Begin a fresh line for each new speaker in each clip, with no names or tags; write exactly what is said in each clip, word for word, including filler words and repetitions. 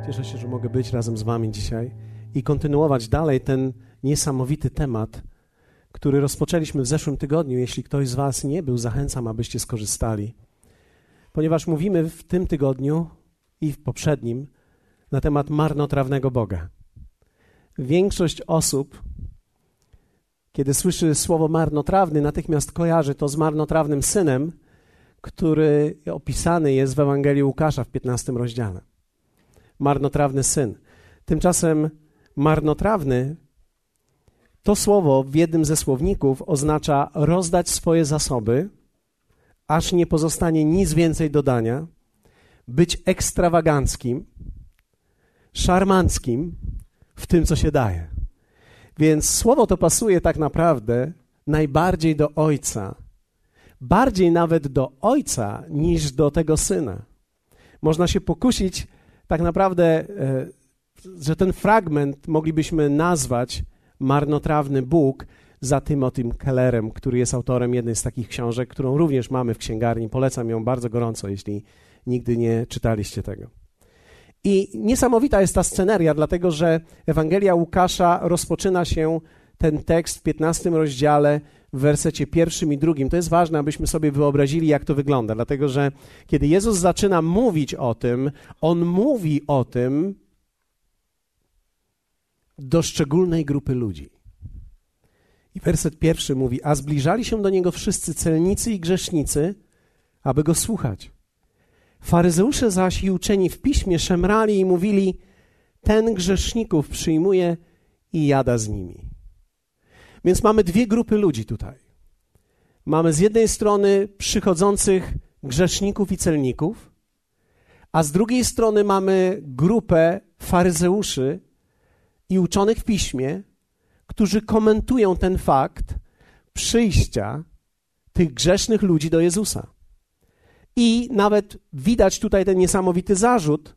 Cieszę się, że mogę być razem z wami dzisiaj i kontynuować dalej ten niesamowity temat, który rozpoczęliśmy w zeszłym tygodniu. Jeśli ktoś z was nie był, zachęcam, abyście skorzystali. Ponieważ mówimy w tym tygodniu i w poprzednim na temat marnotrawnego Boga. Większość osób, kiedy słyszy słowo marnotrawny, natychmiast kojarzy to z marnotrawnym synem, który opisany jest w Ewangelii Łukasza w piętnastym rozdziale. Marnotrawny syn. Tymczasem marnotrawny to słowo w jednym ze słowników oznacza rozdać swoje zasoby, aż nie pozostanie nic więcej do dania, być ekstrawaganckim, szarmanckim w tym, co się daje. Więc słowo to pasuje tak naprawdę najbardziej do ojca, bardziej nawet do ojca niż do tego syna. Można się pokusić tak naprawdę, że ten fragment moglibyśmy nazwać marnotrawny Bóg za Timothym Kellerem, który jest autorem jednej z takich książek, którą również mamy w księgarni. Polecam ją bardzo gorąco, jeśli nigdy nie czytaliście tego. I niesamowita jest ta sceneria, dlatego że Ewangelia Łukasza rozpoczyna się ten tekst w piętnastym rozdziale w wersecie pierwszym i drugim. To jest ważne, abyśmy sobie wyobrazili, jak to wygląda, dlatego że kiedy Jezus zaczyna mówić o tym, On mówi o tym do szczególnej grupy ludzi. I werset pierwszy mówi, a zbliżali się do Niego wszyscy celnicy i grzesznicy, aby Go słuchać. Faryzeusze zaś i uczeni w piśmie szemrali i mówili, ten grzeszników przyjmuje i jada z nimi. Więc mamy dwie grupy ludzi tutaj. Mamy z jednej strony przychodzących grzeszników i celników, a z drugiej strony mamy grupę faryzeuszy i uczonych w piśmie, którzy komentują ten fakt przyjścia tych grzesznych ludzi do Jezusa. I nawet widać tutaj ten niesamowity zarzut,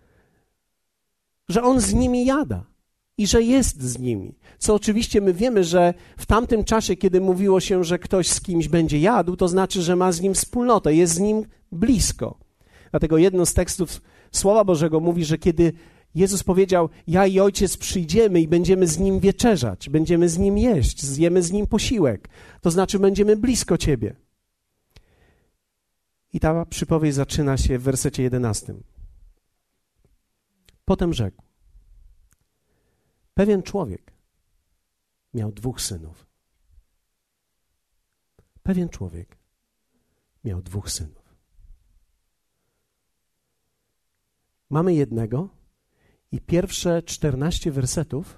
że On z nimi jada i że jest z nimi. Co oczywiście my wiemy, że w tamtym czasie, kiedy mówiło się, że ktoś z kimś będzie jadł, to znaczy, że ma z nim wspólnotę, jest z nim blisko. Dlatego jedno z tekstów Słowa Bożego mówi, że kiedy Jezus powiedział, ja i Ojciec przyjdziemy i będziemy z Nim wieczerzać, będziemy z Nim jeść, zjemy z Nim posiłek, to znaczy będziemy blisko Ciebie. I ta przypowieść zaczyna się w wersecie jedenastym. Potem rzekł, pewien człowiek miał dwóch synów. Pewien człowiek miał dwóch synów. Mamy jednego i pierwsze czternaście wersetów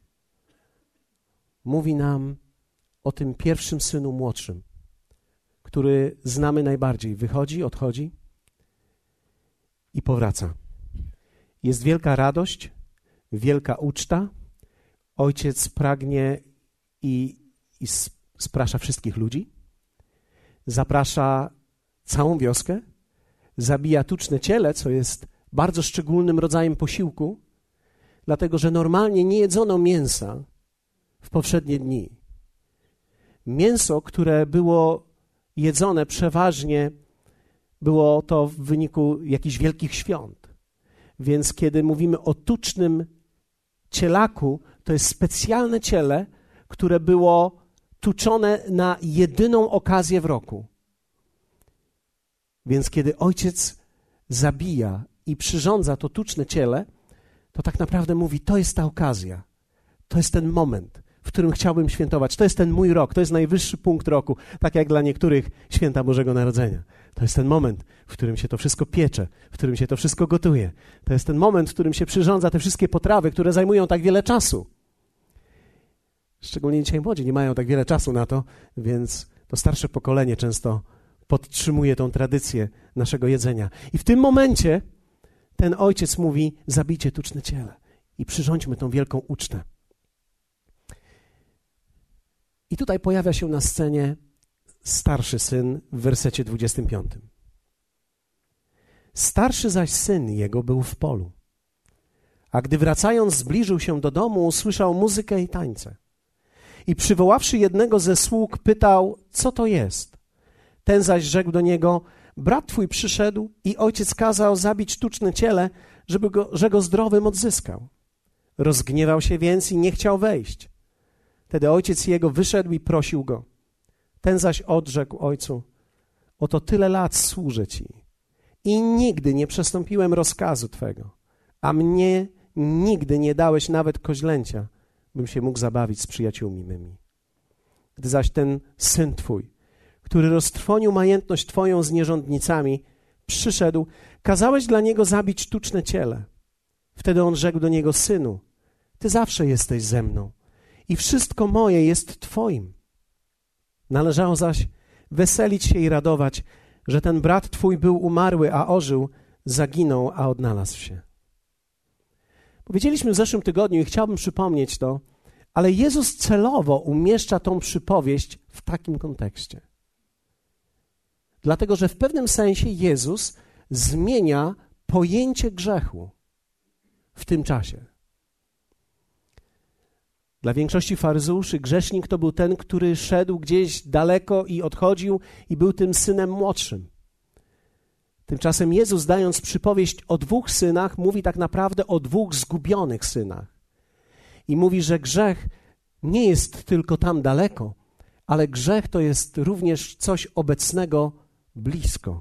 mówi nam o tym pierwszym synu młodszym, który znamy najbardziej. Wychodzi, odchodzi i powraca. Jest wielka radość, wielka uczta. Ojciec pragnie i, i sprasza wszystkich ludzi. Zaprasza całą wioskę. Zabija tuczne ciele, co jest bardzo szczególnym rodzajem posiłku, dlatego że normalnie nie jedzono mięsa w poprzednie dni. Mięso, które było jedzone przeważnie, było to w wyniku jakichś wielkich świąt. Więc kiedy mówimy o tucznym cielaku, to jest specjalne ciele, które było tuczone na jedyną okazję w roku. Więc kiedy ojciec zabija i przyrządza to tuczne ciele, to tak naprawdę mówi, to jest ta okazja, to jest ten moment, w którym chciałbym świętować. To jest ten mój rok, to jest najwyższy punkt roku, tak jak dla niektórych święta Bożego Narodzenia. To jest ten moment, w którym się to wszystko piecze, w którym się to wszystko gotuje. To jest ten moment, w którym się przyrządza te wszystkie potrawy, które zajmują tak wiele czasu. Szczególnie dzisiaj młodzi nie mają tak wiele czasu na to, więc to starsze pokolenie często podtrzymuje tą tradycję naszego jedzenia. I w tym momencie ten ojciec mówi, zabijcie tuczne ciele i przyrządźmy tą wielką ucztę. I tutaj pojawia się na scenie starszy syn w wersecie dwudziestym piątym. Starszy zaś syn jego był w polu, a gdy wracając zbliżył się do domu, usłyszał muzykę i tańce. I przywoławszy jednego ze sług, pytał, co to jest. Ten zaś rzekł do niego, brat twój przyszedł i ojciec kazał zabić tuczne ciele, żeby go, że go zdrowym odzyskał. Rozgniewał się więc i nie chciał wejść. Wtedy ojciec jego wyszedł i prosił go. Ten zaś odrzekł ojcu: oto tyle lat służę ci i nigdy nie przestąpiłem rozkazu twego, a mnie nigdy nie dałeś nawet koźlęcia, bym się mógł zabawić z przyjaciółmi mymi. Gdy zaś ten syn twój, który roztrwonił majętność twoją z nierządnicami, przyszedł, kazałeś dla niego zabić tuczne ciele. Wtedy on rzekł do niego: synu, ty zawsze jesteś ze mną i wszystko moje jest twoim. Należało zaś weselić się i radować, że ten brat twój był umarły, a ożył, zaginął, a odnalazł się. Powiedzieliśmy w zeszłym tygodniu i chciałbym przypomnieć to, ale Jezus celowo umieszcza tą przypowieść w takim kontekście. Dlatego, że w pewnym sensie Jezus zmienia pojęcie grzechu w tym czasie. Dla większości faryzeuszy grzesznik to był ten, który szedł gdzieś daleko i odchodził i był tym synem młodszym. Tymczasem Jezus, dając przypowieść o dwóch synach, mówi tak naprawdę o dwóch zgubionych synach. I mówi, że grzech nie jest tylko tam daleko, ale grzech to jest również coś obecnego blisko.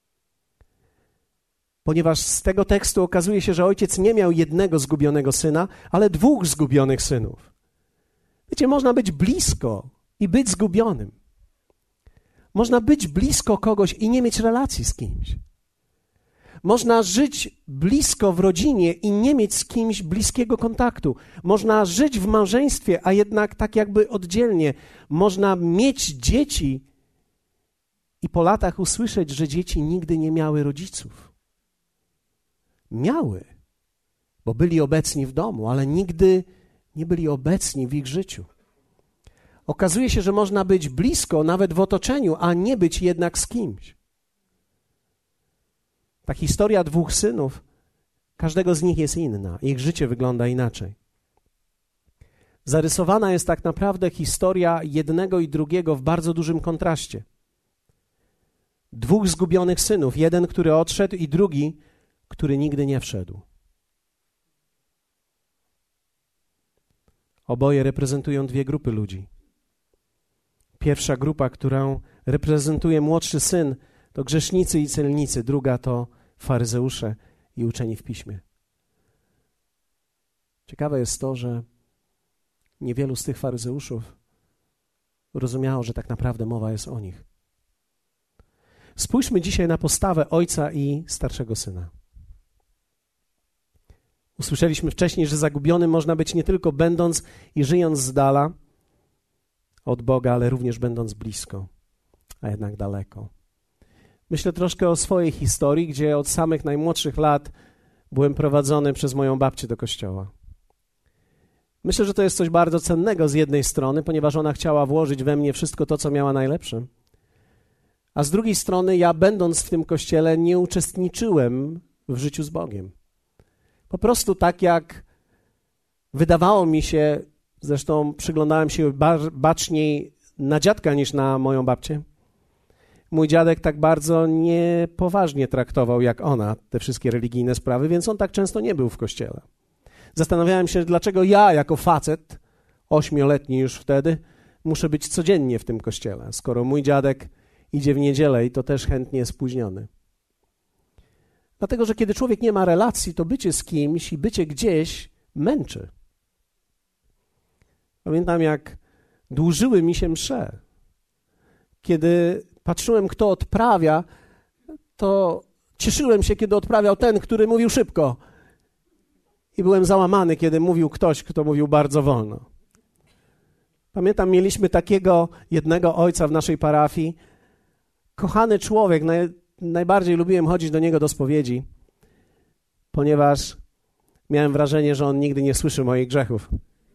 Ponieważ z tego tekstu okazuje się, że ojciec nie miał jednego zgubionego syna, ale dwóch zgubionych synów. Wiecie, można być blisko i być zgubionym. Można być blisko kogoś i nie mieć relacji z kimś. Można żyć blisko w rodzinie i nie mieć z kimś bliskiego kontaktu. Można żyć w małżeństwie, a jednak tak jakby oddzielnie. Można mieć dzieci i po latach usłyszeć, że dzieci nigdy nie miały rodziców. Miały, bo byli obecni w domu, ale nigdy nie byli obecni w ich życiu. Okazuje się, że można być blisko, nawet w otoczeniu, a nie być jednak z kimś. Ta historia dwóch synów, każdego z nich jest inna. Ich życie wygląda inaczej. Zarysowana jest tak naprawdę historia jednego i drugiego w bardzo dużym kontraście. Dwóch zgubionych synów, jeden, który odszedł i drugi, który nigdy nie wszedł. Oboje reprezentują dwie grupy ludzi. Pierwsza grupa, którą reprezentuje młodszy syn, to grzesznicy i celnicy. Druga to faryzeusze i uczeni w piśmie. Ciekawe jest to, że niewielu z tych faryzeuszów rozumiało, że tak naprawdę mowa jest o nich. Spójrzmy dzisiaj na postawę ojca i starszego syna. Usłyszeliśmy wcześniej, że zagubionym można być nie tylko będąc i żyjąc z dala od Boga, ale również będąc blisko, a jednak daleko. Myślę troszkę o swojej historii, gdzie od samych najmłodszych lat byłem prowadzony przez moją babcię do kościoła. Myślę, że to jest coś bardzo cennego z jednej strony, ponieważ ona chciała włożyć we mnie wszystko to, co miała najlepsze. A z drugiej strony ja, będąc w tym kościele, nie uczestniczyłem w życiu z Bogiem. Po prostu tak jak wydawało mi się, zresztą przyglądałem się baczniej na dziadka niż na moją babcię. Mój dziadek tak bardzo niepoważnie traktował jak ona te wszystkie religijne sprawy, więc on tak często nie był w kościele. Zastanawiałem się, dlaczego ja jako facet, ośmioletni już wtedy, muszę być codziennie w tym kościele, skoro mój dziadek idzie w niedzielę i to też chętnie spóźniony. Dlatego, że kiedy człowiek nie ma relacji, to bycie z kimś i bycie gdzieś męczy. Pamiętam, jak dłużyły mi się msze. Kiedy patrzyłem, kto odprawia, to cieszyłem się, kiedy odprawiał ten, który mówił szybko. I byłem załamany, kiedy mówił ktoś, kto mówił bardzo wolno. Pamiętam, mieliśmy takiego jednego ojca w naszej parafii. Kochany człowiek, naj, najbardziej lubiłem chodzić do niego do spowiedzi, ponieważ miałem wrażenie, że on nigdy nie słyszy moich grzechów.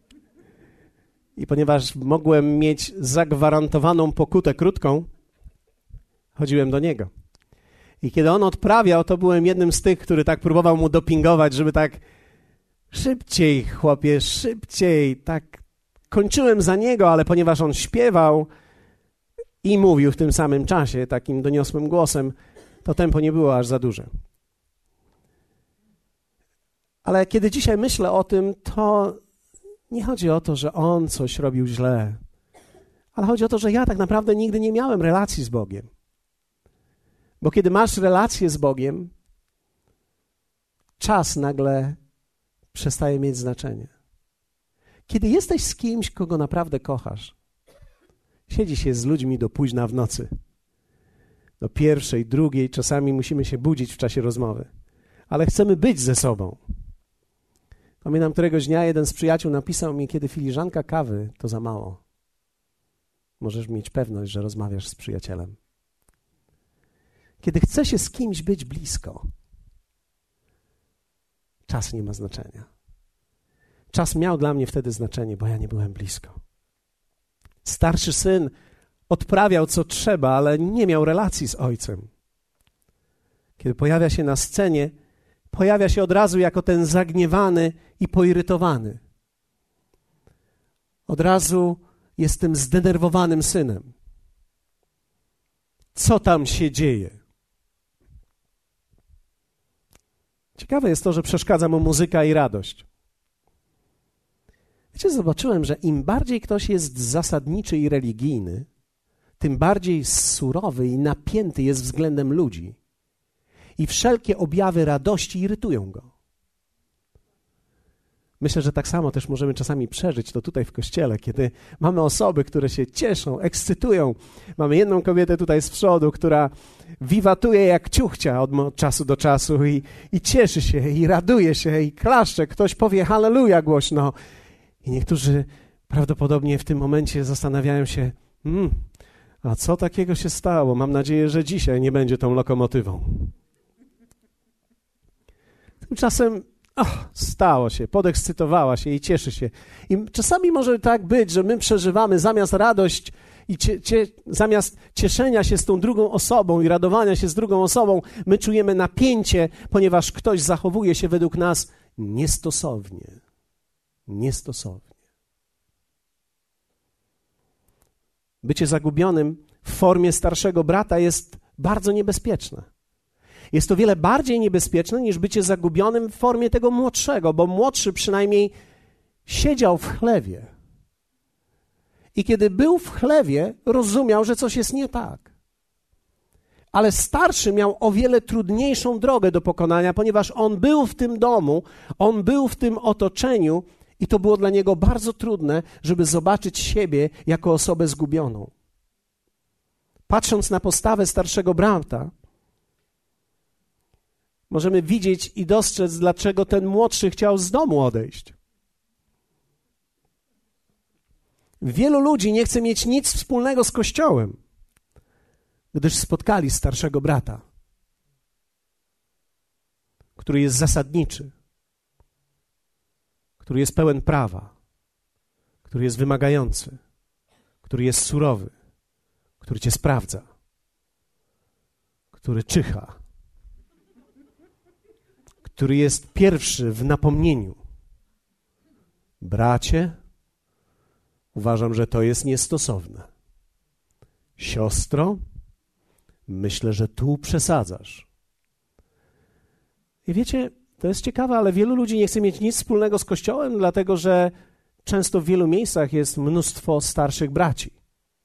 I ponieważ mogłem mieć zagwarantowaną pokutę krótką, chodziłem do niego. I kiedy on odprawiał, to byłem jednym z tych, który tak próbował mu dopingować, żeby tak szybciej, chłopie, szybciej. Tak kończyłem za niego, ale ponieważ on śpiewał i mówił w tym samym czasie takim doniosłym głosem, to tempo nie było aż za duże. Ale kiedy dzisiaj myślę o tym, to nie chodzi o to, że on coś robił źle, ale chodzi o to, że ja tak naprawdę nigdy nie miałem relacji z Bogiem. Bo kiedy masz relację z Bogiem, czas nagle przestaje mieć znaczenie. Kiedy jesteś z kimś, kogo naprawdę kochasz, siedzi się z ludźmi do późna w nocy, do pierwszej, drugiej, czasami musimy się budzić w czasie rozmowy, ale chcemy być ze sobą. Pamiętam, któregoś dnia jeden z przyjaciół napisał mi, kiedy filiżanka kawy to za mało. Możesz mieć pewność, że rozmawiasz z przyjacielem. Kiedy chce się z kimś być blisko, czas nie ma znaczenia. Czas miał dla mnie wtedy znaczenie, bo ja nie byłem blisko. Starszy syn odprawiał co trzeba, ale nie miał relacji z ojcem. Kiedy pojawia się na scenie, pojawia się od razu jako ten zagniewany i poirytowany. Od razu jest tym zdenerwowanym synem. Co tam się dzieje? Ciekawe jest to, że przeszkadza mu muzyka i radość. Wiecie, zobaczyłem, że im bardziej ktoś jest zasadniczy i religijny, tym bardziej surowy i napięty jest względem ludzi. I wszelkie objawy radości irytują go. Myślę, że tak samo też możemy czasami przeżyć to tutaj w kościele, kiedy mamy osoby, które się cieszą, ekscytują. Mamy jedną kobietę tutaj z przodu, która wiwatuje jak ciuchcia od czasu do czasu i, i cieszy się, i raduje się, i klaszcze. Ktoś powie halleluja głośno. I niektórzy prawdopodobnie w tym momencie zastanawiają się, hmm, a co takiego się stało? Mam nadzieję, że dzisiaj nie będzie tą lokomotywą. Tymczasem oh, stało się, podekscytowała się i cieszy się. I czasami może tak być, że my przeżywamy zamiast radość i cie, cie, zamiast cieszenia się z tą drugą osobą i radowania się z drugą osobą, my czujemy napięcie, ponieważ ktoś zachowuje się według nas niestosownie. Niestosownie. Bycie zagubionym w formie starszego brata jest bardzo niebezpieczne. Jest to wiele bardziej niebezpieczne niż bycie zagubionym w formie tego młodszego, bo młodszy przynajmniej siedział w chlewie. I kiedy był w chlewie, rozumiał, że coś jest nie tak. Ale starszy miał o wiele trudniejszą drogę do pokonania, ponieważ on był w tym domu, on był w tym otoczeniu i to było dla niego bardzo trudne, żeby zobaczyć siebie jako osobę zgubioną. Patrząc na postawę starszego brata, możemy widzieć i dostrzec, dlaczego ten młodszy chciał z domu odejść. Wielu ludzi nie chce mieć nic wspólnego z Kościołem, gdyż spotkali starszego brata, który jest zasadniczy, który jest pełen prawa, który jest wymagający, który jest surowy, który cię sprawdza, który czyha, który jest pierwszy w napomnieniu. Bracie, uważam, że to jest niestosowne. Siostro, myślę, że tu przesadzasz. I wiecie, to jest ciekawe, ale wielu ludzi nie chce mieć nic wspólnego z Kościołem, dlatego że często w wielu miejscach jest mnóstwo starszych braci.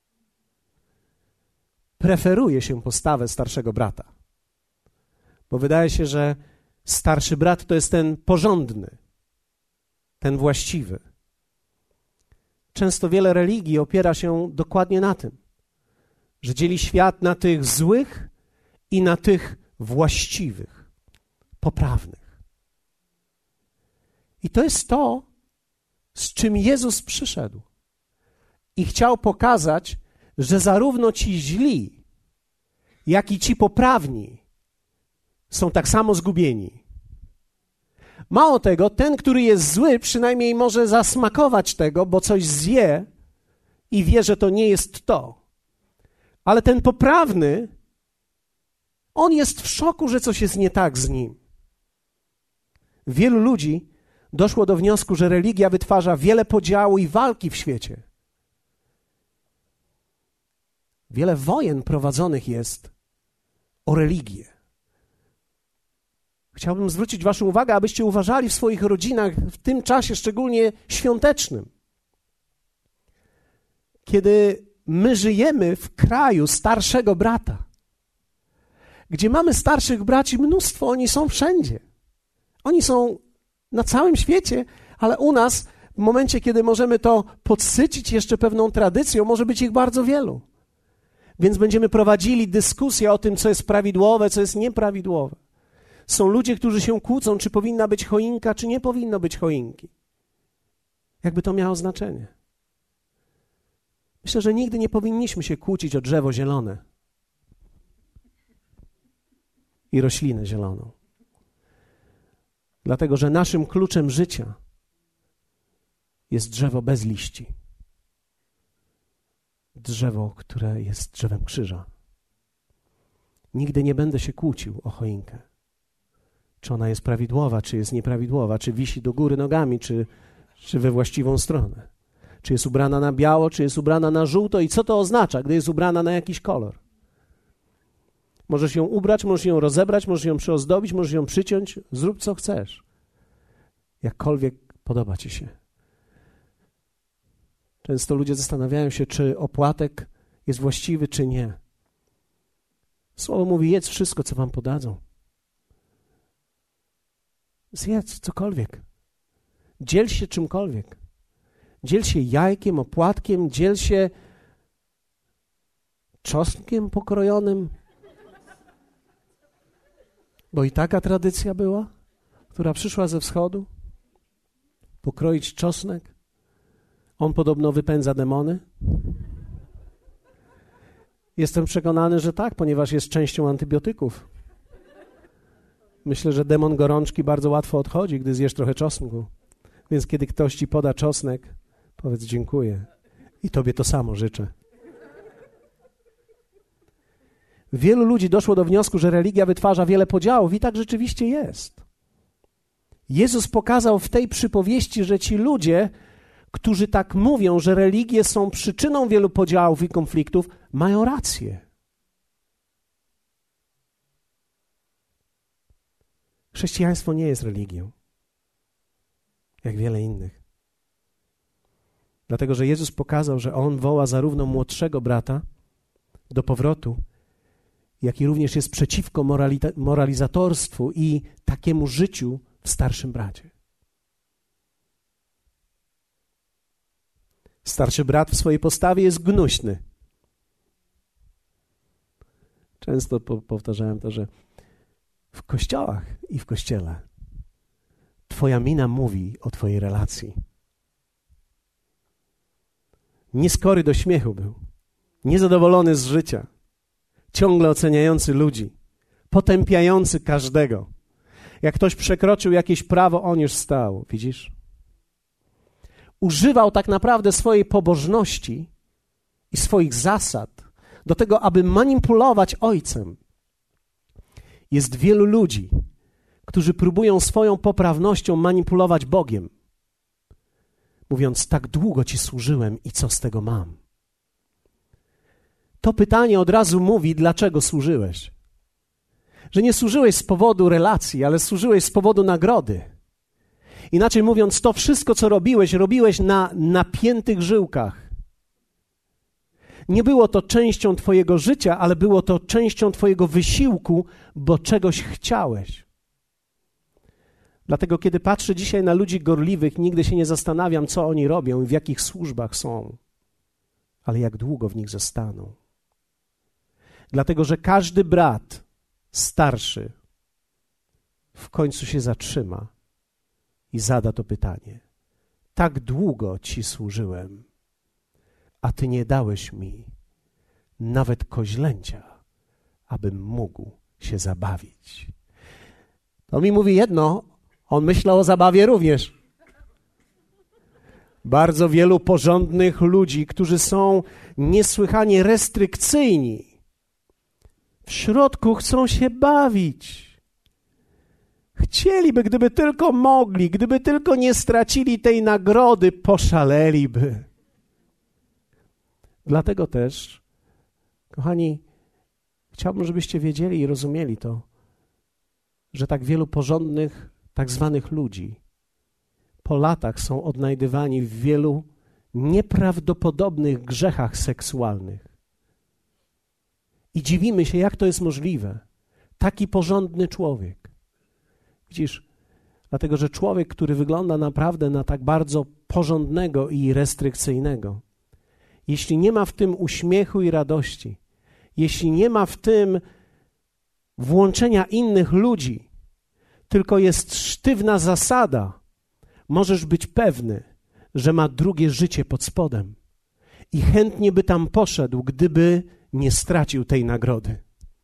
Preferuje się postawę starszego brata, bo wydaje się, że starszy brat to jest ten porządny, ten właściwy. Często wiele religii opiera się dokładnie na tym, że dzieli świat na tych złych i na tych właściwych, poprawnych. I to jest to, z czym Jezus przyszedł. I chciał pokazać, że zarówno ci źli, jak i ci poprawni są tak samo zgubieni. Mało tego, ten, który jest zły, przynajmniej może zasmakować tego, bo coś zje i wie, że to nie jest to. Ale ten poprawny, on jest w szoku, że coś jest nie tak z nim. Wielu ludzi doszło do wniosku, że religia wytwarza wiele podziału i walki w świecie. Wiele wojen prowadzonych jest o religię. Chciałbym zwrócić waszą uwagę, abyście uważali w swoich rodzinach w tym czasie, szczególnie świątecznym, kiedy my żyjemy w kraju starszego brata, gdzie mamy starszych braci mnóstwo, oni są wszędzie. Oni są na całym świecie, ale u nas w momencie, kiedy możemy to podsycić jeszcze pewną tradycją, może być ich bardzo wielu. Więc będziemy prowadzili dyskusję o tym, co jest prawidłowe, co jest nieprawidłowe. Są ludzie, którzy się kłócą, czy powinna być choinka, czy nie powinno być choinki. Jakby to miało znaczenie. Myślę, że nigdy nie powinniśmy się kłócić o drzewo zielone i roślinę zieloną. Dlatego, że naszym kluczem życia jest drzewo bez liści. Drzewo, które jest drzewem krzyża. Nigdy nie będę się kłócił o choinkę. Czy ona jest prawidłowa, czy jest nieprawidłowa, czy wisi do góry nogami, czy, czy we właściwą stronę. Czy jest ubrana na biało, czy jest ubrana na żółto i co to oznacza, gdy jest ubrana na jakiś kolor. Możesz ją ubrać, możesz ją rozebrać, możesz ją przyozdobić, możesz ją przyciąć. Zrób co chcesz. Jakkolwiek podoba ci się. Często ludzie zastanawiają się, czy opłatek jest właściwy, czy nie. Słowo mówi, jedz wszystko, co wam podadzą. Zjedz cokolwiek. Dziel się czymkolwiek. Dziel się jajkiem, opłatkiem, dziel się czosnkiem pokrojonym. Bo i taka tradycja była, która przyszła ze wschodu. Pokroić czosnek. On podobno wypędza demony. Jestem przekonany, że tak, ponieważ jest częścią antybiotyków. Myślę, że demon gorączki bardzo łatwo odchodzi, gdy zjesz trochę czosnku. Więc kiedy ktoś ci poda czosnek, powiedz dziękuję. I tobie to samo życzę. Wielu ludzi doszło do wniosku, że religia wytwarza wiele podziałów i tak rzeczywiście jest. Jezus pokazał w tej przypowieści, że ci ludzie, którzy tak mówią, że religie są przyczyną wielu podziałów i konfliktów, mają rację. Chrześcijaństwo nie jest religią, jak wiele innych. Dlatego, że Jezus pokazał, że On woła zarówno młodszego brata do powrotu, jak i również jest przeciwko moralita- moralizatorstwu i takiemu życiu w starszym bracie. Starszy brat w swojej postawie jest gnuśny. Często po- powtarzałem to, że w kościołach i w kościele twoja mina mówi o twojej relacji. Nieskory do śmiechu był, niezadowolony z życia, ciągle oceniający ludzi, potępiający każdego. Jak ktoś przekroczył jakieś prawo, on już stał, widzisz? Używał tak naprawdę swojej pobożności i swoich zasad do tego, aby manipulować ojcem. Jest wielu ludzi, którzy próbują swoją poprawnością manipulować Bogiem, mówiąc, tak długo Ci służyłem i co z tego mam? To pytanie od razu mówi, dlaczego służyłeś. Że nie służyłeś z powodu relacji, ale służyłeś z powodu nagrody. Inaczej mówiąc, to wszystko, co robiłeś, robiłeś na napiętych żyłkach. Nie było to częścią twojego życia, ale było to częścią twojego wysiłku, bo czegoś chciałeś. Dlatego, kiedy patrzę dzisiaj na ludzi gorliwych, nigdy się nie zastanawiam, co oni robią i w jakich służbach są, ale jak długo w nich zostaną. Dlatego, że każdy brat starszy w końcu się zatrzyma i zada to pytanie. Tak długo Ci służyłem, a Ty nie dałeś mi nawet koźlęcia, abym mógł się zabawić. To mi mówi jedno, on myślał o zabawie również. Bardzo wielu porządnych ludzi, którzy są niesłychanie restrykcyjni, w środku chcą się bawić. Chcieliby, gdyby tylko mogli, gdyby tylko nie stracili tej nagrody, poszaleliby. Dlatego też, kochani, chciałbym, żebyście wiedzieli i rozumieli to, że tak wielu porządnych, tak zwanych ludzi po latach są odnajdywani w wielu nieprawdopodobnych grzechach seksualnych. I dziwimy się, jak to jest możliwe. Taki porządny człowiek. Widzisz, dlatego, że człowiek, który wygląda naprawdę na tak bardzo porządnego i restrykcyjnego, jeśli nie ma w tym uśmiechu i radości, jeśli nie ma w tym włączenia innych ludzi, tylko jest sztywna zasada, możesz być pewny, że ma drugie życie pod spodem i chętnie by tam poszedł, gdyby nie stracił tej nagrody.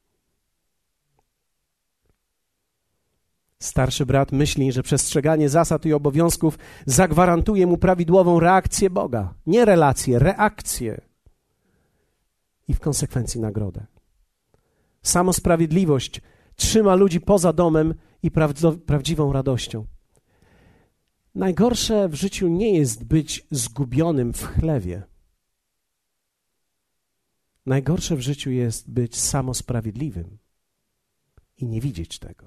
Starszy brat myśli, że przestrzeganie zasad i obowiązków zagwarantuje mu prawidłową reakcję Boga. Nie relację, reakcję. I w konsekwencji nagrodę. Samosprawiedliwość trzyma ludzi poza domem i prawd- prawdziwą radością. Najgorsze w życiu nie jest być zgubionym w chlewie. Najgorsze w życiu jest być samosprawiedliwym i nie widzieć tego.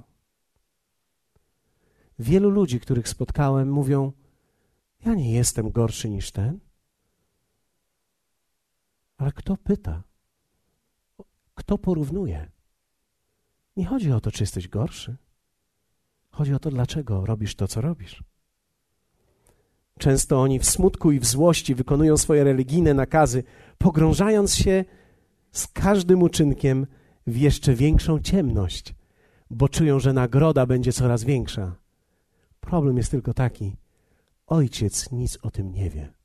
Wielu ludzi, których spotkałem, mówią: ja nie jestem gorszy niż ten. Ale kto pyta? Kto porównuje? Nie chodzi o to, czy jesteś gorszy. Chodzi o to, dlaczego robisz to, co robisz. Często oni w smutku i w złości wykonują swoje religijne nakazy, pogrążając się z każdym uczynkiem w jeszcze większą ciemność, bo czują, że nagroda będzie coraz większa. Problem jest tylko taki: ojciec nic o tym nie wie.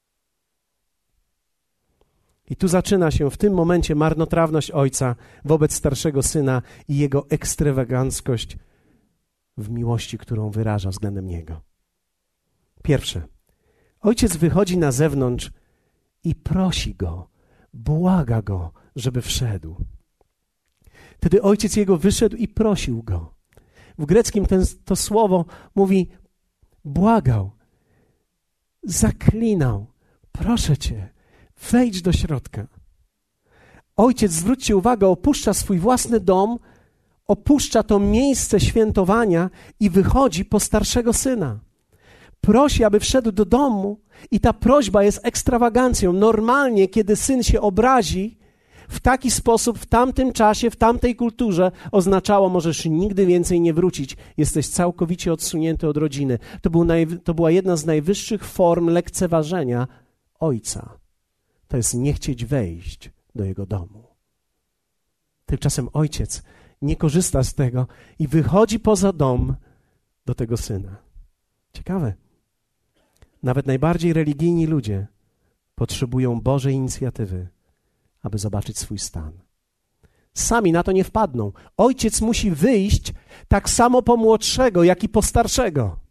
I tu zaczyna się w tym momencie marnotrawność ojca wobec starszego syna i jego ekstrawaganckość w miłości, którą wyraża względem niego. Pierwsze, ojciec wychodzi na zewnątrz i prosi go, błaga go, żeby wszedł. Wtedy ojciec jego wyszedł i prosił go. W greckim ten, to słowo mówi błagał, zaklinał, proszę cię, wejdź do środka. Ojciec, zwróćcie uwagę, opuszcza swój własny dom, opuszcza to miejsce świętowania i wychodzi po starszego syna. Prosi, aby wszedł do domu i ta prośba jest ekstrawagancją. Normalnie, kiedy syn się obrazi, w taki sposób, w tamtym czasie, w tamtej kulturze oznaczało: możesz nigdy więcej nie wrócić. Jesteś całkowicie odsunięty od rodziny. To, był naj, to była jedna z najwyższych form lekceważenia ojca. To jest nie chcieć wejść do jego domu. Tymczasem ojciec nie korzysta z tego i wychodzi poza dom do tego syna. Ciekawe. Nawet najbardziej religijni ludzie potrzebują Bożej inicjatywy, aby zobaczyć swój stan. Sami na to nie wpadną. Ojciec musi wyjść tak samo po młodszego, jak i po starszego.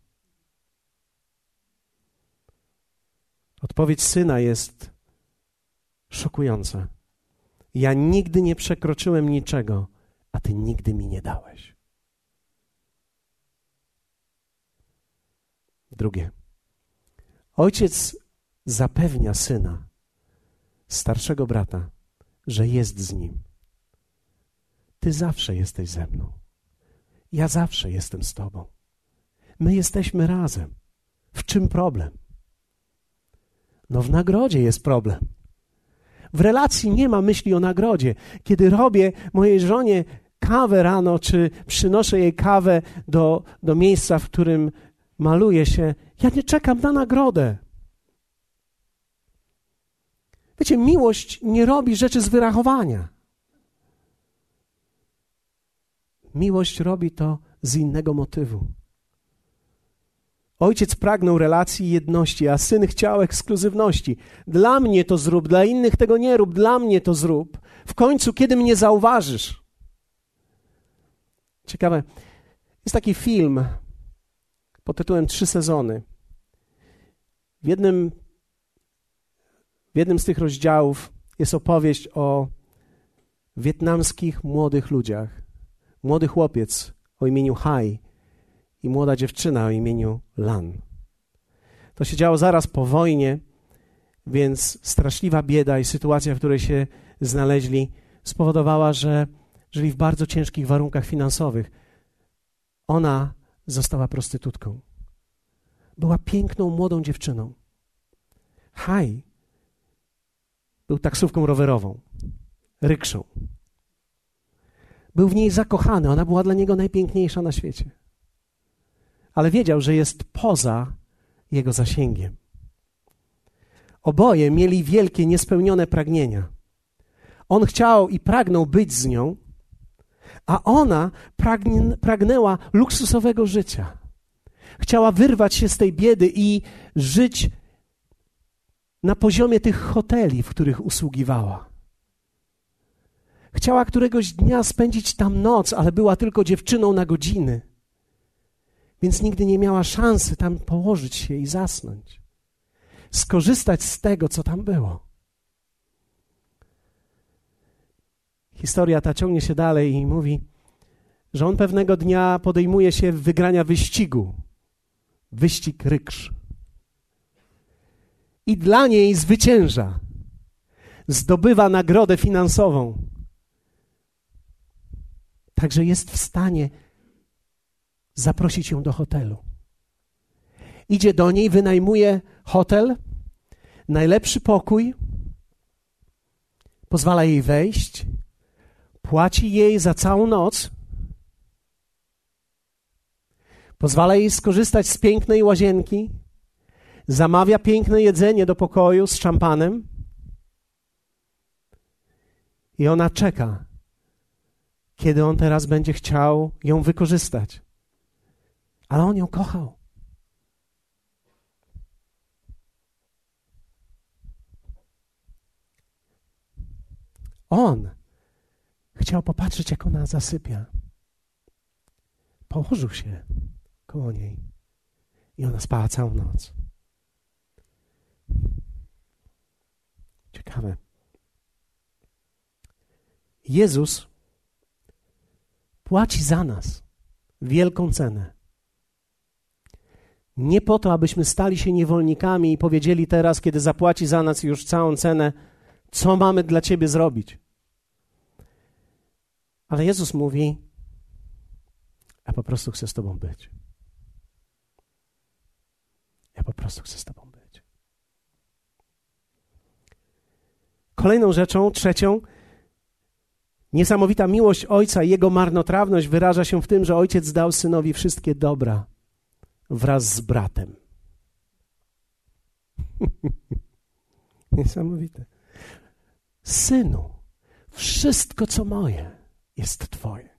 Odpowiedź syna jest szokująca. Ja nigdy nie przekroczyłem niczego, a ty nigdy mi nie dałeś. Drugie. Ojciec zapewnia syna, starszego brata, że jest z nim. Ty zawsze jesteś ze mną. Ja zawsze jestem z tobą. My jesteśmy razem. W czym problem? No w nagrodzie jest problem. W relacji nie ma myśli o nagrodzie. Kiedy robię mojej żonie kawę rano, czy przynoszę jej kawę do, do miejsca, w którym maluje się, ja nie czekam na nagrodę. Wiecie, miłość nie robi rzeczy z wyrachowania. Miłość robi to z innego motywu. Ojciec pragnął relacji i jedności, a syn chciał ekskluzywności. Dla mnie to zrób, dla innych tego nie rób, dla mnie to zrób. W końcu, kiedy mnie zauważysz? Ciekawe, jest taki film pod tytułem Trzy sezony. W jednym, w jednym z tych rozdziałów jest opowieść o wietnamskich młodych ludziach. Młody chłopiec o imieniu Hai i młoda dziewczyna o imieniu Lan. To się działo zaraz po wojnie, więc straszliwa bieda i sytuacja, w której się znaleźli, spowodowała, że żyli w bardzo ciężkich warunkach finansowych. ona została prostytutką. Była piękną, młodą dziewczyną. Haj był taksówką rowerową, rykszą. Był w niej zakochany, ona była dla niego najpiękniejsza na świecie. Ale wiedział, że jest poza jego zasięgiem. Oboje mieli wielkie, niespełnione pragnienia. On chciał i pragnął być z nią, a ona pragnie, pragnęła luksusowego życia. Chciała wyrwać się z tej biedy i żyć na poziomie tych hoteli, w których usługiwała. Chciała któregoś dnia spędzić tam noc, ale była tylko dziewczyną na godziny, więc nigdy nie miała szansy tam położyć się i zasnąć. Skorzystać z tego, co tam było. Historia ta ciągnie się dalej i mówi, że on pewnego dnia podejmuje się wygrania wyścigu. Wyścig ryksz. I dla niej zwycięża. Zdobywa nagrodę finansową. Także jest w stanie zaprosić ją do hotelu. Idzie do niej, wynajmuje hotel, najlepszy pokój, pozwala jej wejść, płaci jej za całą noc, pozwala jej skorzystać z pięknej łazienki, zamawia piękne jedzenie do pokoju z szampanem i ona czeka, kiedy on teraz będzie chciał ją wykorzystać. Ale on ją kochał. On chciał popatrzeć, jak ona zasypia. Położył się koło niej i ona spała całą noc. Ciekawe. Jezus płaci za nas wielką cenę. Nie po to, abyśmy stali się niewolnikami i powiedzieli teraz, kiedy zapłaci za nas już całą cenę, co mamy dla Ciebie zrobić. Ale Jezus mówi, ja po prostu chcę z Tobą być. Ja po prostu chcę z Tobą być. Kolejną rzeczą, trzecią, niesamowita miłość Ojca i Jego marnotrawność wyraża się w tym, że Ojciec dał Synowi wszystkie dobra wraz z bratem. Niesamowite. Synu, wszystko, co moje, jest Twoje.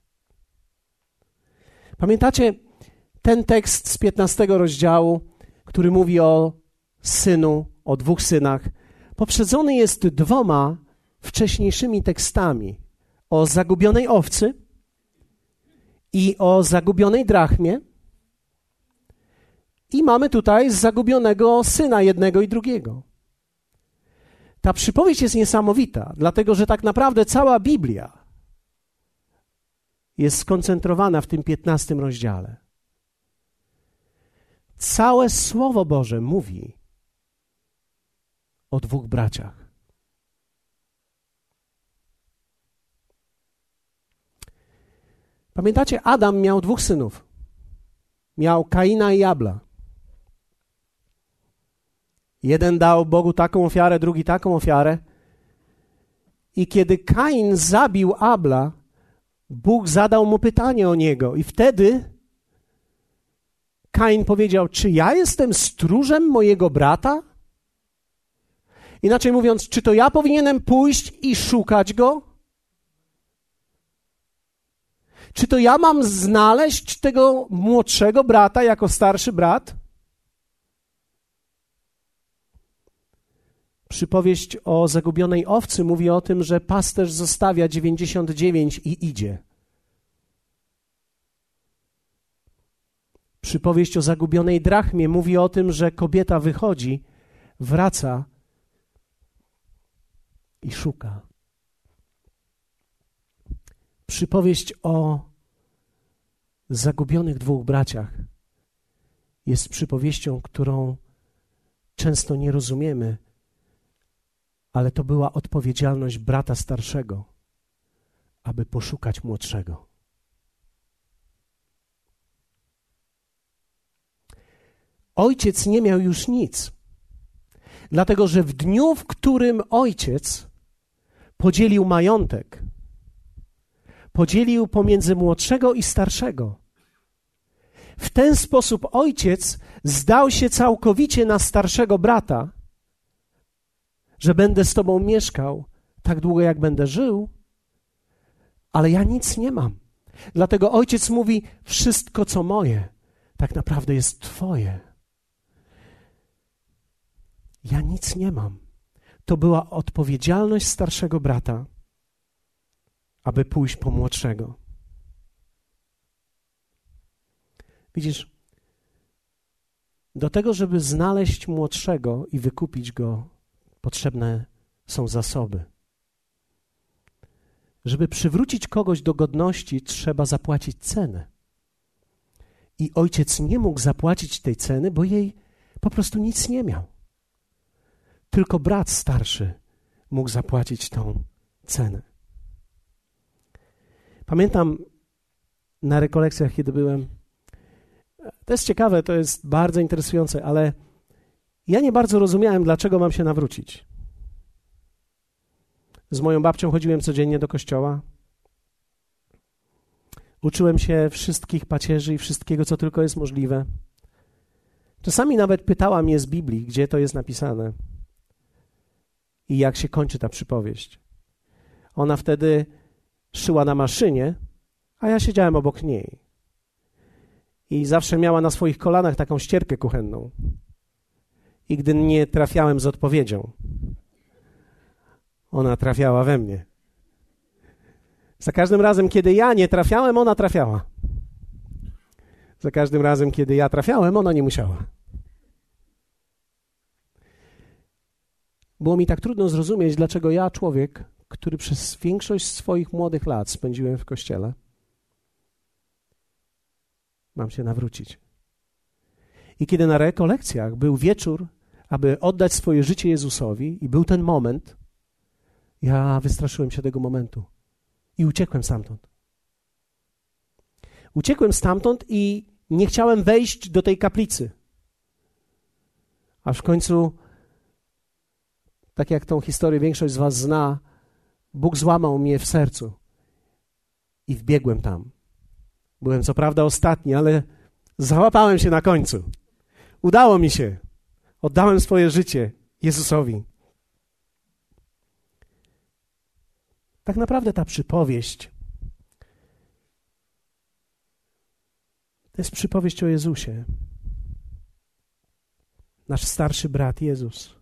Pamiętacie ten tekst z piętnastego rozdziału, który mówi o synu, o dwóch synach, poprzedzony jest dwoma wcześniejszymi tekstami o zagubionej owcy i o zagubionej drachmie. I mamy tutaj zagubionego syna jednego i drugiego. Ta przypowieść jest niesamowita, dlatego że tak naprawdę cała Biblia jest skoncentrowana w tym piętnastym rozdziale. Całe Słowo Boże mówi o dwóch braciach. Pamiętacie, Adam miał dwóch synów. Miał Kaina i Abla. Jeden dał Bogu taką ofiarę, drugi taką ofiarę. I kiedy Kain zabił Abla, Bóg zadał mu pytanie o niego. I wtedy Kain powiedział, czy ja jestem stróżem mojego brata? Inaczej mówiąc, czy to ja powinienem pójść i szukać go? Czy to ja mam znaleźć tego młodszego brata jako starszy brat? Przypowieść o zagubionej owcy mówi o tym, że pasterz zostawia dziewięćdziesiąt dziewięć i idzie. Przypowieść o zagubionej drachmie mówi o tym, że kobieta wychodzi, wraca i szuka. Przypowieść o zagubionych dwóch braciach jest przypowieścią, którą często nie rozumiemy, ale to była odpowiedzialność brata starszego, aby poszukać młodszego. ojciec nie miał już nic. Dlatego, że w dniu, w którym ojciec podzielił majątek, podzielił pomiędzy młodszego i starszego, w ten sposób ojciec zdał się całkowicie na starszego brata, że będę z tobą mieszkał tak długo, jak będę żył, ale ja nic nie mam. Dlatego ojciec mówi, wszystko co moje tak naprawdę jest twoje. Ja nic nie mam. To była odpowiedzialność starszego brata, aby pójść po młodszego. Widzisz, do tego, żeby znaleźć młodszego i wykupić go, potrzebne są zasoby. Żeby przywrócić kogoś do godności, trzeba zapłacić cenę. I ojciec nie mógł zapłacić tej ceny, bo jej po prostu nic nie miał. Tylko brat starszy mógł zapłacić tą cenę. Pamiętam na rekolekcjach, kiedy byłem, to jest ciekawe, to jest bardzo interesujące, ale ja nie bardzo rozumiałem, dlaczego mam się nawrócić. Z moją babcią chodziłem codziennie do kościoła. Uczyłem się wszystkich pacierzy i wszystkiego, co tylko jest możliwe. Czasami nawet pytała mnie z Biblii, gdzie to jest napisane i jak się kończy ta przypowieść. Ona wtedy szyła na maszynie, a ja siedziałem obok niej. I zawsze miała na swoich kolanach taką ścierkę kuchenną. I gdy nie trafiałem z odpowiedzią, ona trafiała we mnie. Za każdym razem, kiedy ja nie trafiałem, ona trafiała. Za każdym razem, kiedy ja trafiałem, ona nie musiała. Było mi tak trudno zrozumieć, dlaczego ja, człowiek, który przez większość swoich młodych lat spędziłem w kościele, mam się nawrócić. I kiedy na rekolekcjach był wieczór, aby oddać swoje życie Jezusowi i był ten moment, ja wystraszyłem się tego momentu i uciekłem stamtąd. Uciekłem stamtąd i nie chciałem wejść do tej kaplicy. Aż w końcu, tak jak tą historię większość z was zna, Bóg złamał mnie w sercu i wbiegłem tam. Byłem co prawda ostatni, ale załapałem się na końcu. Udało mi się. Oddałem swoje życie Jezusowi. Tak naprawdę ta przypowieść to jest przypowieść o Jezusie. Nasz starszy brat Jezus.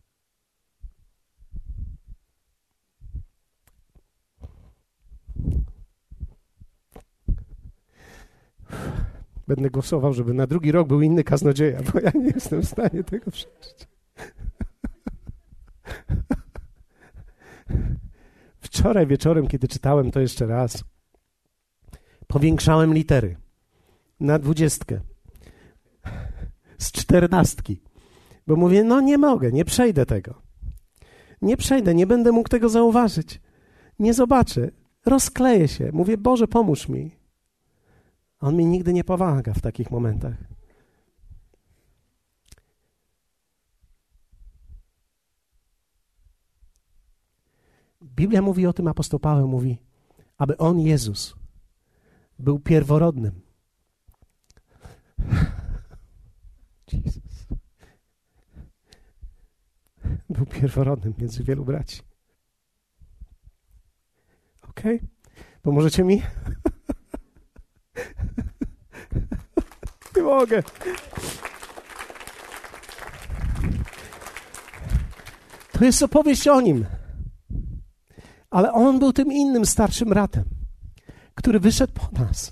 Będę głosował, żeby na drugi rok był inny kaznodzieja, bo ja nie jestem w stanie tego przeżyć. Wczoraj wieczorem, kiedy czytałem to jeszcze raz, powiększałem litery na dwudziestkę z czternastki, bo mówię, no nie mogę, nie przejdę tego. Nie przejdę, nie będę mógł tego zauważyć. Nie zobaczę, rozkleję się. Mówię, Boże, pomóż mi. On mi nigdy nie pomaga w takich momentach. Biblia mówi o tym, apostoł Paweł mówi, aby on, Jezus, był pierworodnym. Jezus. Był pierworodnym między wielu braci. Okej? Okay? Pomożecie mi? Nie mogę. To jest opowieść o nim. Ale on był tym innym starszym bratem, który wyszedł po nas.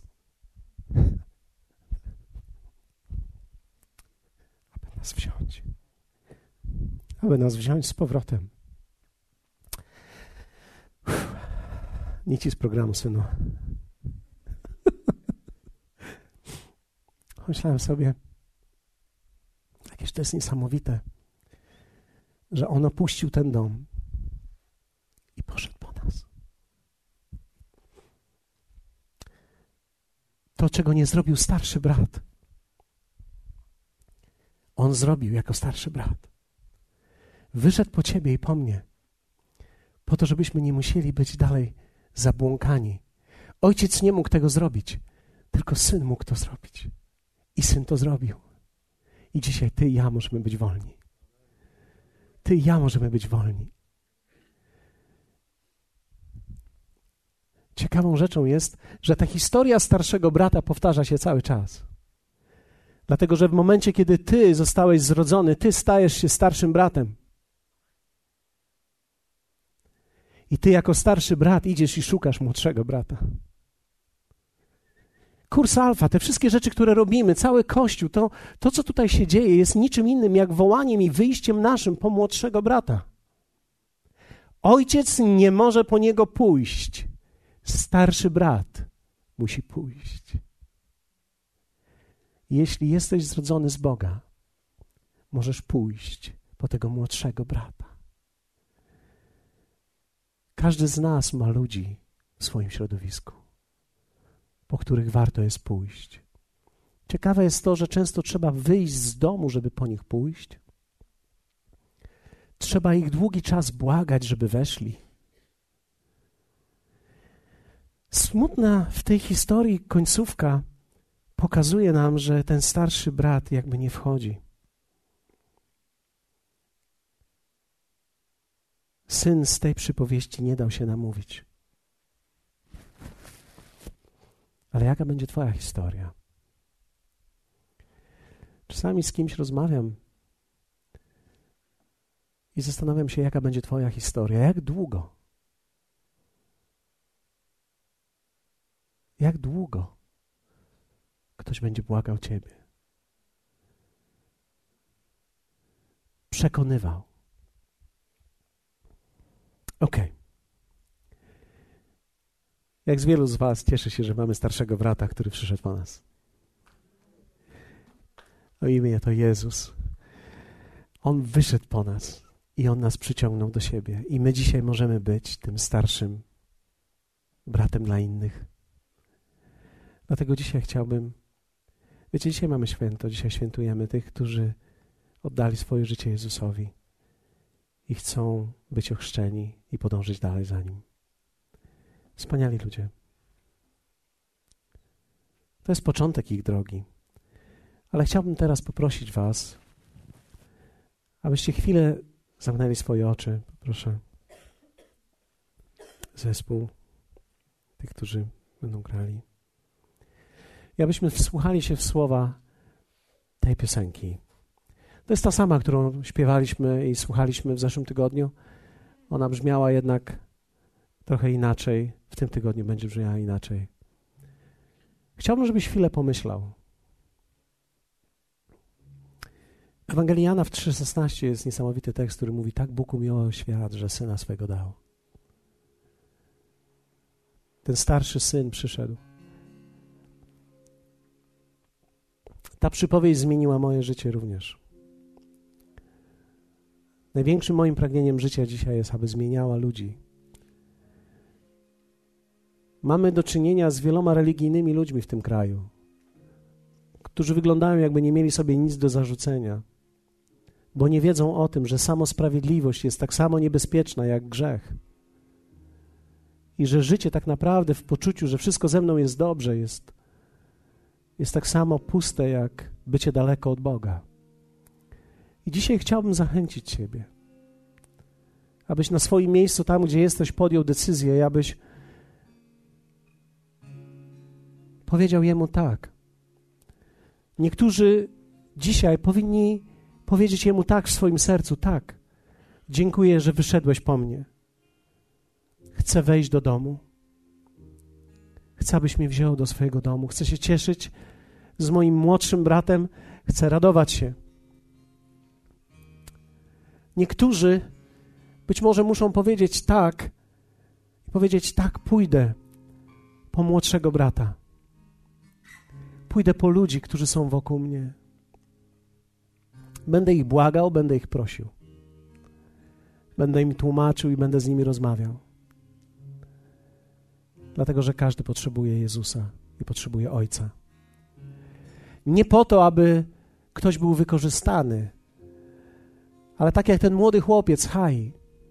Aby nas wziąć. Aby nas wziąć z powrotem. Uff. Nie ci z programu, synu. Myślałem sobie, jakież to jest niesamowite, że on opuścił ten dom i poszedł po nas. To, czego nie zrobił starszy brat. On zrobił jako starszy brat. Wyszedł po ciebie i po mnie, po to, żebyśmy nie musieli być dalej zabłąkani. Ojciec nie mógł tego zrobić, tylko Syn mógł to zrobić. I Syn to zrobił. I dzisiaj ty i ja możemy być wolni. Ty i ja możemy być wolni. Ciekawą rzeczą jest, że ta historia starszego brata powtarza się cały czas. Dlatego, że w momencie, kiedy ty zostałeś zrodzony, ty stajesz się starszym bratem. I ty jako starszy brat idziesz i szukasz młodszego brata. Kurs Alfa, te wszystkie rzeczy, które robimy, cały Kościół, to, to co tutaj się dzieje, jest niczym innym jak wołaniem i wyjściem naszym po młodszego brata. Ojciec nie może po niego pójść. Starszy brat musi pójść. Jeśli jesteś zrodzony z Boga, możesz pójść po tego młodszego brata. Każdy z nas ma ludzi w swoim środowisku, po których warto jest pójść. Ciekawe jest to, że często trzeba wyjść z domu, żeby po nich pójść. Trzeba ich długi czas błagać, żeby weszli. Smutna w tej historii końcówka pokazuje nam, że ten starszy brat jakby nie wchodzi. Syn z tej przypowieści nie dał się namówić. Ale jaka będzie twoja historia? Czasami z kimś rozmawiam i zastanawiam się, jaka będzie twoja historia. Jak długo? Jak długo ktoś będzie błagał ciebie? Przekonywał. Okej. Okay. Jak z wielu z was cieszę się, że mamy starszego brata, który przyszedł po nas. O imię to Jezus. On wyszedł po nas i On nas przyciągnął do siebie. I my dzisiaj możemy być tym starszym bratem dla innych. Dlatego dzisiaj chciałbym, wiecie, dzisiaj mamy święto, dzisiaj świętujemy tych, którzy oddali swoje życie Jezusowi i chcą być ochrzczeni i podążyć dalej za Nim. Wspaniali ludzie. To jest początek ich drogi. Ale chciałbym teraz poprosić was, abyście chwilę zamknęli swoje oczy. Proszę. Zespół tych, którzy będą grali. I abyśmy wsłuchali się w słowa tej piosenki. To jest ta sama, którą śpiewaliśmy i słuchaliśmy w zeszłym tygodniu. Ona brzmiała jednak trochę inaczej. W tym tygodniu będzie brzmiała inaczej. Chciałbym, żebyś chwilę pomyślał. W Ewangelii Jana w trzy szesnaście jest niesamowity tekst, który mówi: tak Bóg umiłował świat, że Syna swego dał. Ten starszy Syn przyszedł. Ta przypowieść zmieniła moje życie również. Największym moim pragnieniem życia dzisiaj jest, aby zmieniała ludzi. Mamy do czynienia z wieloma religijnymi ludźmi w tym kraju, którzy wyglądają, jakby nie mieli sobie nic do zarzucenia, bo nie wiedzą o tym, że samosprawiedliwość jest tak samo niebezpieczna jak grzech i że życie tak naprawdę w poczuciu, że wszystko ze mną jest dobrze, jest, jest tak samo puste jak bycie daleko od Boga. I dzisiaj chciałbym zachęcić Ciebie, abyś na swoim miejscu, tam gdzie jesteś, podjął decyzję i abyś powiedział Jemu tak. Niektórzy dzisiaj powinni powiedzieć Jemu tak w swoim sercu: tak, dziękuję, że wyszedłeś po mnie. Chcę wejść do domu. Chcę, abyś mnie wziął do swojego domu. Chcę się cieszyć z moim młodszym bratem. Chcę radować się. Niektórzy być może muszą powiedzieć tak, powiedzieć tak, pójdę po młodszego brata. Pójdę po ludzi, którzy są wokół mnie. Będę ich błagał, będę ich prosił. Będę im tłumaczył i będę z nimi rozmawiał. Dlatego, że każdy potrzebuje Jezusa i potrzebuje Ojca. Nie po to, aby ktoś był wykorzystany. Ale tak jak ten młody chłopiec, Chai,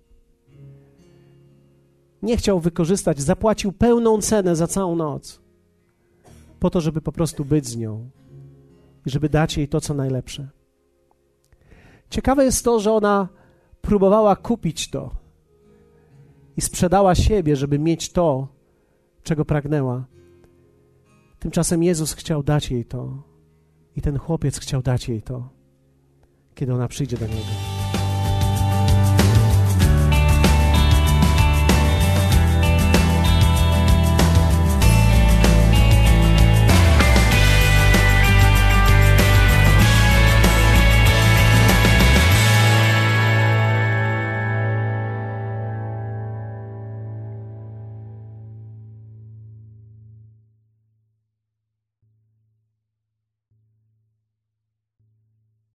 nie chciał wykorzystać, zapłacił pełną cenę za całą noc, po to, żeby po prostu być z nią i żeby dać jej to, co najlepsze. Ciekawe jest to, że ona próbowała kupić to i sprzedała siebie, żeby mieć to, czego pragnęła. Tymczasem Jezus chciał dać jej to i ten chłopiec chciał dać jej to, kiedy ona przyjdzie do Niego.